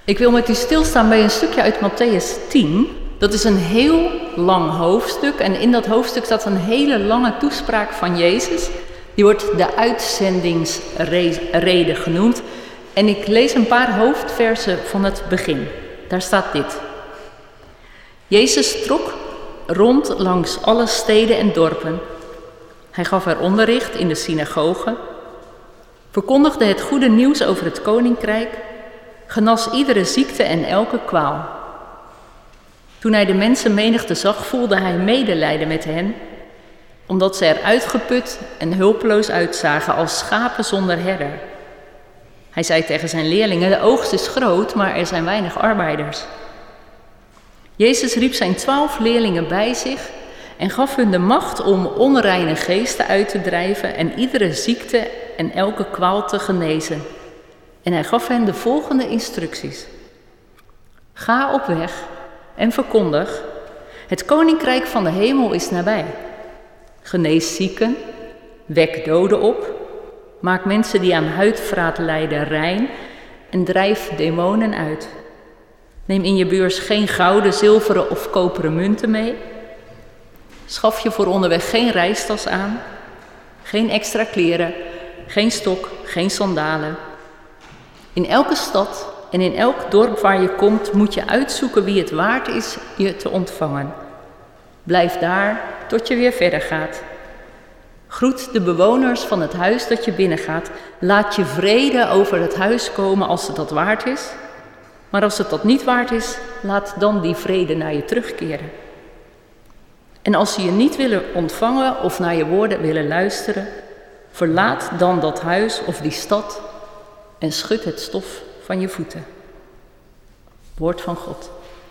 Ik wil met u stilstaan bij een stukje uit Mattheüs 10. Dat is een heel lang hoofdstuk en in dat hoofdstuk staat een hele lange toespraak van Jezus. Die wordt de uitzendingsrede genoemd. En ik lees een paar hoofdversen van het begin. Daar staat dit. Jezus trok rond langs alle steden en dorpen. Hij gaf er onderricht in de synagogen, verkondigde het goede nieuws over het koninkrijk, genas iedere ziekte en elke kwaal. Toen hij de mensenmenigte zag, voelde hij medelijden met hen, omdat ze er uitgeput en hulpeloos uitzagen als schapen zonder herder. Hij zei tegen zijn leerlingen, de oogst is groot, maar er zijn weinig arbeiders. Jezus riep zijn 12 leerlingen bij zich en gaf hun de macht om onreine geesten uit te drijven en iedere ziekte en elke kwaal te genezen. En hij gaf hen de volgende instructies. Ga op weg en verkondig, het koninkrijk van de hemel is nabij. Genees zieken, wek doden op, maak mensen die aan huidvraat lijden rein en drijf demonen uit. Neem in je beurs geen gouden, zilveren of koperen munten mee. Schaf je voor onderweg geen reistas aan, geen extra kleren, geen stok, geen sandalen. In elke stad en in elk dorp waar je komt moet je uitzoeken wie het waard is je te ontvangen. Blijf daar tot je weer verder gaat. Groet de bewoners van het huis dat je binnengaat. Laat je vrede over het huis komen als het dat waard is. Maar als het dat niet waard is, laat dan die vrede naar je terugkeren. En als ze je niet willen ontvangen of naar je woorden willen luisteren, verlaat dan dat huis of die stad en schud het stof van je voeten. Woord van God.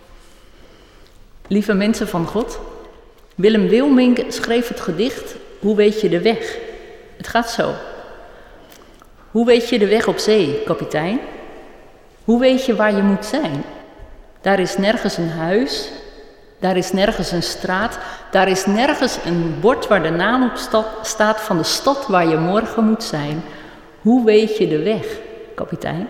Lieve mensen van God, Willem Wilmink schreef het gedicht Hoe weet je de weg? Het gaat zo. Hoe weet je de weg op zee, kapitein? Hoe weet je waar je moet zijn? Daar is nergens een huis, daar is nergens een straat, daar is nergens een bord waar de naam op staat van de stad waar je morgen moet zijn. Hoe weet je de weg, kapitein?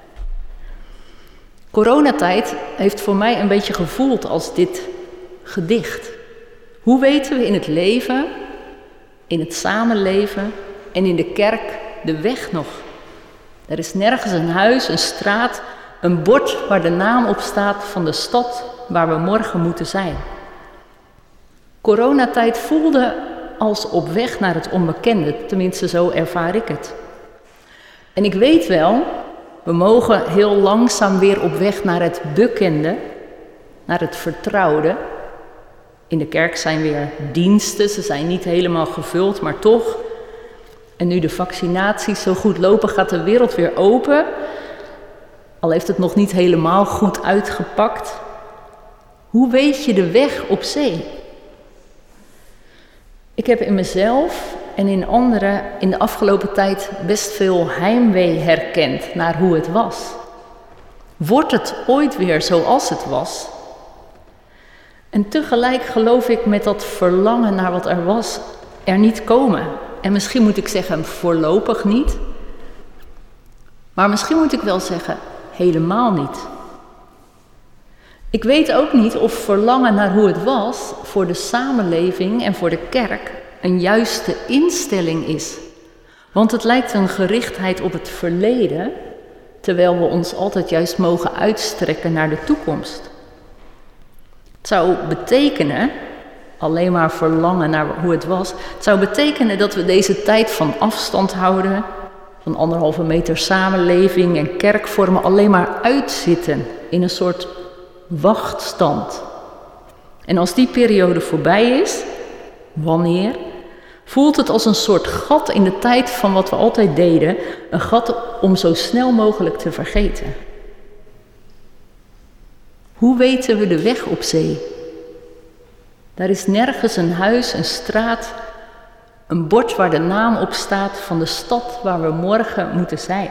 Coronatijd heeft voor mij een beetje gevoeld als dit gedicht. Hoe weten we in het leven, in het samenleven en in de kerk de weg nog? Er is nergens een huis, een straat, een bord waar de naam op staat van de stad waar we morgen moeten zijn. Coronatijd voelde als op weg naar het onbekende, tenminste zo ervaar ik het. En ik weet wel, we mogen heel langzaam weer op weg naar het bekende, naar het vertrouwde. In de kerk zijn weer diensten, ze zijn niet helemaal gevuld, maar toch. En nu de vaccinaties zo goed lopen, gaat de wereld weer open. Al heeft het nog niet helemaal goed uitgepakt. Hoe weet je de weg op zee? Ik heb in mezelf en in anderen in de afgelopen tijd best veel heimwee herkend naar hoe het was. Wordt het ooit weer zoals het was? En tegelijk geloof ik met dat verlangen naar wat er was, er niet komen. En misschien moet ik zeggen voorlopig niet. Maar misschien moet ik wel zeggen helemaal niet. Ik weet ook niet of verlangen naar hoe het was voor de samenleving en voor de kerk een juiste instelling is. Want het lijkt een gerichtheid op het verleden, terwijl we ons altijd juist mogen uitstrekken naar de toekomst. Het zou betekenen, alleen maar verlangen naar hoe het was, het zou betekenen dat we deze tijd van afstand houden, van 1,5 meter samenleving en kerkvormen alleen maar uitzitten in een soort wachtstand. En als die periode voorbij is, wanneer, voelt het als een soort gat in de tijd van wat we altijd deden, een gat om zo snel mogelijk te vergeten. Hoe weten we de weg op zee? Daar is nergens een huis, een straat, een bord waar de naam op staat van de stad waar we morgen moeten zijn.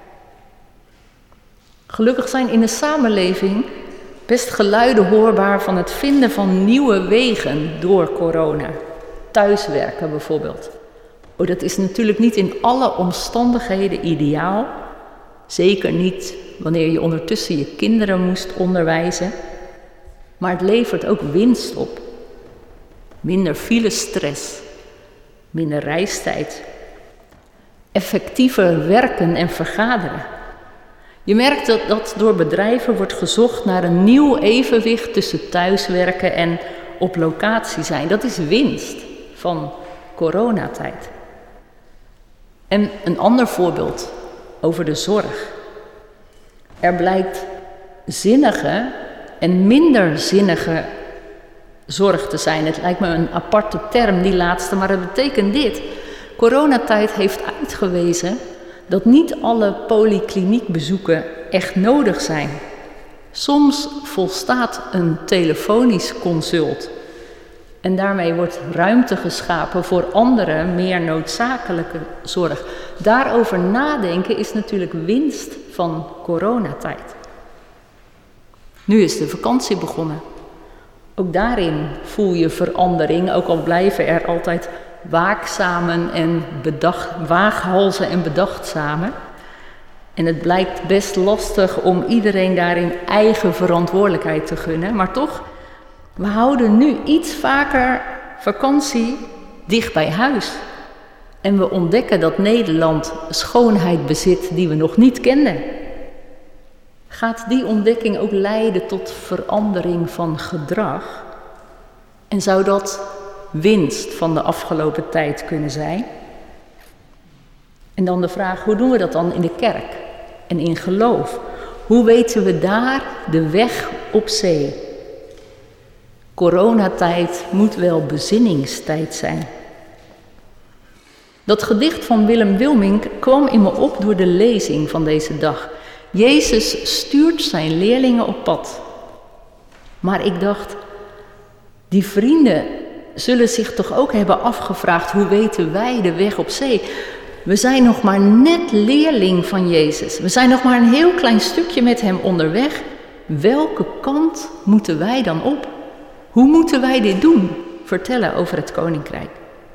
Gelukkig zijn in de samenleving best geluiden hoorbaar van het vinden van nieuwe wegen door corona. Thuiswerken bijvoorbeeld. Dat is natuurlijk niet in alle omstandigheden ideaal. Zeker niet wanneer je ondertussen je kinderen moest onderwijzen. Maar het levert ook winst op. Minder filestress, minder reistijd, effectiever werken en vergaderen. Je merkt dat door bedrijven wordt gezocht naar een nieuw evenwicht tussen thuiswerken en op locatie zijn. Dat is winst van coronatijd. En een ander voorbeeld over de zorg. Er blijkt zinnige en minder zinnige zorg te zijn. Het lijkt me een aparte term, die laatste, maar het betekent dit. Coronatijd heeft uitgewezen dat niet alle polykliniekbezoeken echt nodig zijn. Soms volstaat een telefonisch consult en daarmee wordt ruimte geschapen voor andere, meer noodzakelijke zorg. Daarover nadenken is natuurlijk winst van coronatijd. Nu is de vakantie begonnen. Ook daarin voel je verandering, ook al blijven er altijd waakzamen en waaghalzen en bedachtzamen. En het blijkt best lastig om iedereen daarin eigen verantwoordelijkheid te gunnen. Maar toch, we houden nu iets vaker vakantie dicht bij huis. En we ontdekken dat Nederland schoonheid bezit die we nog niet kenden. Gaat die ontdekking ook leiden tot verandering van gedrag? En zou dat winst van de afgelopen tijd kunnen zijn? En dan de vraag, hoe doen we dat dan in de kerk en in geloof? Hoe weten we daar de weg op zee? Coronatijd moet wel bezinningstijd zijn. Dat gedicht van Willem Wilmink kwam in me op door de lezing van deze dag. Jezus stuurt zijn leerlingen op pad. Maar ik dacht, die vrienden zullen zich toch ook hebben afgevraagd, hoe weten wij de weg op zee? We zijn nog maar net leerling van Jezus. We zijn nog maar een heel klein stukje met hem onderweg. Welke kant moeten wij dan op? Hoe moeten wij dit doen? Vertellen over het koninkrijk.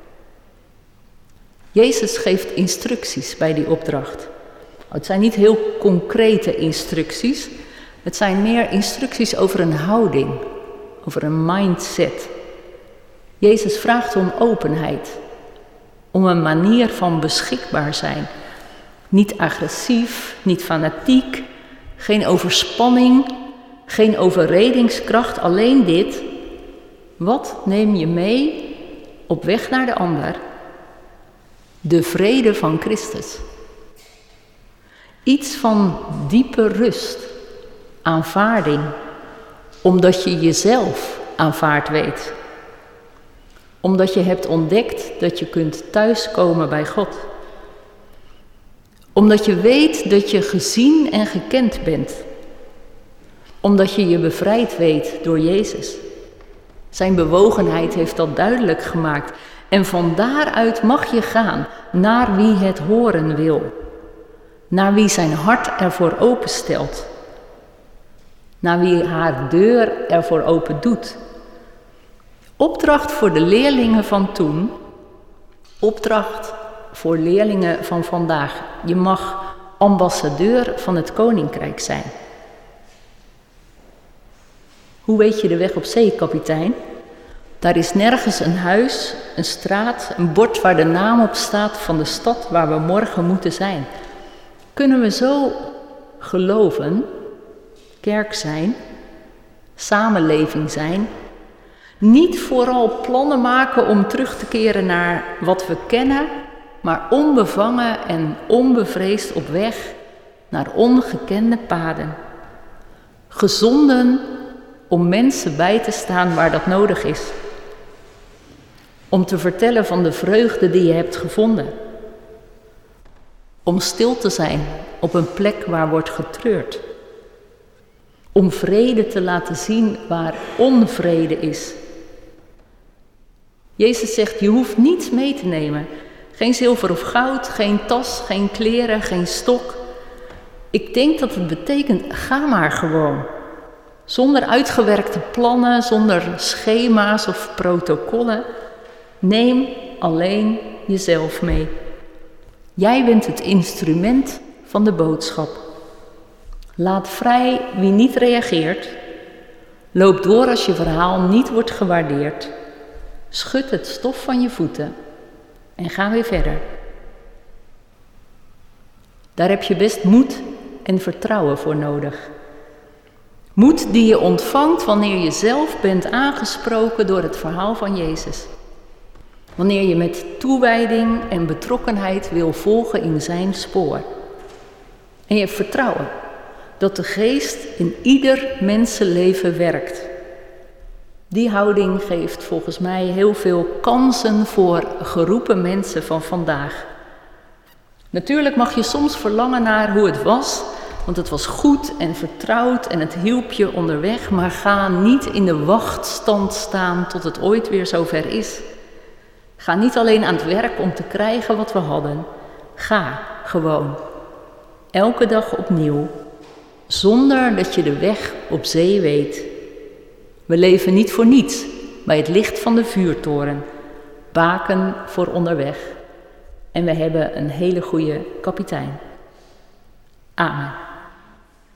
Jezus geeft instructies bij die opdracht. Het zijn niet heel concrete instructies. Het zijn meer instructies over een houding, over een mindset. Jezus vraagt om openheid, om een manier van beschikbaar zijn. Niet agressief, niet fanatiek, geen overspanning, geen overredingskracht, alleen dit. Wat neem je mee op weg naar de ander? De vrede van Christus. Iets van diepe rust, aanvaarding, omdat je jezelf aanvaard weet. Omdat je hebt ontdekt dat je kunt thuiskomen bij God. Omdat je weet dat je gezien en gekend bent. Omdat je je bevrijd weet door Jezus. Zijn bewogenheid heeft dat duidelijk gemaakt. En van daaruit mag je gaan naar wie het horen wil. Naar wie zijn hart ervoor openstelt. Naar wie haar deur ervoor open doet. Opdracht voor de leerlingen van toen. Opdracht voor leerlingen van vandaag. Je mag ambassadeur van het koninkrijk zijn. Hoe weet je de weg op zee, kapitein? Daar is nergens een huis, een straat, een bord waar de naam op staat van de stad waar we morgen moeten zijn. Kunnen we zo geloven, kerk zijn, samenleving zijn, niet vooral plannen maken om terug te keren naar wat we kennen, maar onbevangen en onbevreesd op weg naar ongekende paden. Gezonden om mensen bij te staan waar dat nodig is. Om te vertellen van de vreugde die je hebt gevonden. Om stil te zijn op een plek waar wordt getreurd. Om vrede te laten zien waar onvrede is. Jezus zegt, je hoeft niets mee te nemen. Geen zilver of goud, geen tas, geen kleren, geen stok. Ik denk dat het betekent, ga maar gewoon. Zonder uitgewerkte plannen, zonder schema's of protocollen. Neem alleen jezelf mee. Jij bent het instrument van de boodschap. Laat vrij wie niet reageert. Loop door als je verhaal niet wordt gewaardeerd. Schud het stof van je voeten en ga weer verder. Daar heb je best moed en vertrouwen voor nodig. Moed die je ontvangt wanneer je zelf bent aangesproken door het verhaal van Jezus. Wanneer je met toewijding en betrokkenheid wil volgen in zijn spoor. En je hebt vertrouwen dat de Geest in ieder mensenleven werkt. Die houding geeft volgens mij heel veel kansen voor geroepen mensen van vandaag. Natuurlijk mag je soms verlangen naar hoe het was, want het was goed en vertrouwd en het hielp je onderweg, maar ga niet in de wachtstand staan tot het ooit weer zover is. Ga niet alleen aan het werk om te krijgen wat we hadden. Ga gewoon. Elke dag opnieuw. Zonder dat je de weg op zee weet. We leven niet voor niets bij het licht van de vuurtoren. Baken voor onderweg. En we hebben een hele goede kapitein. Amen.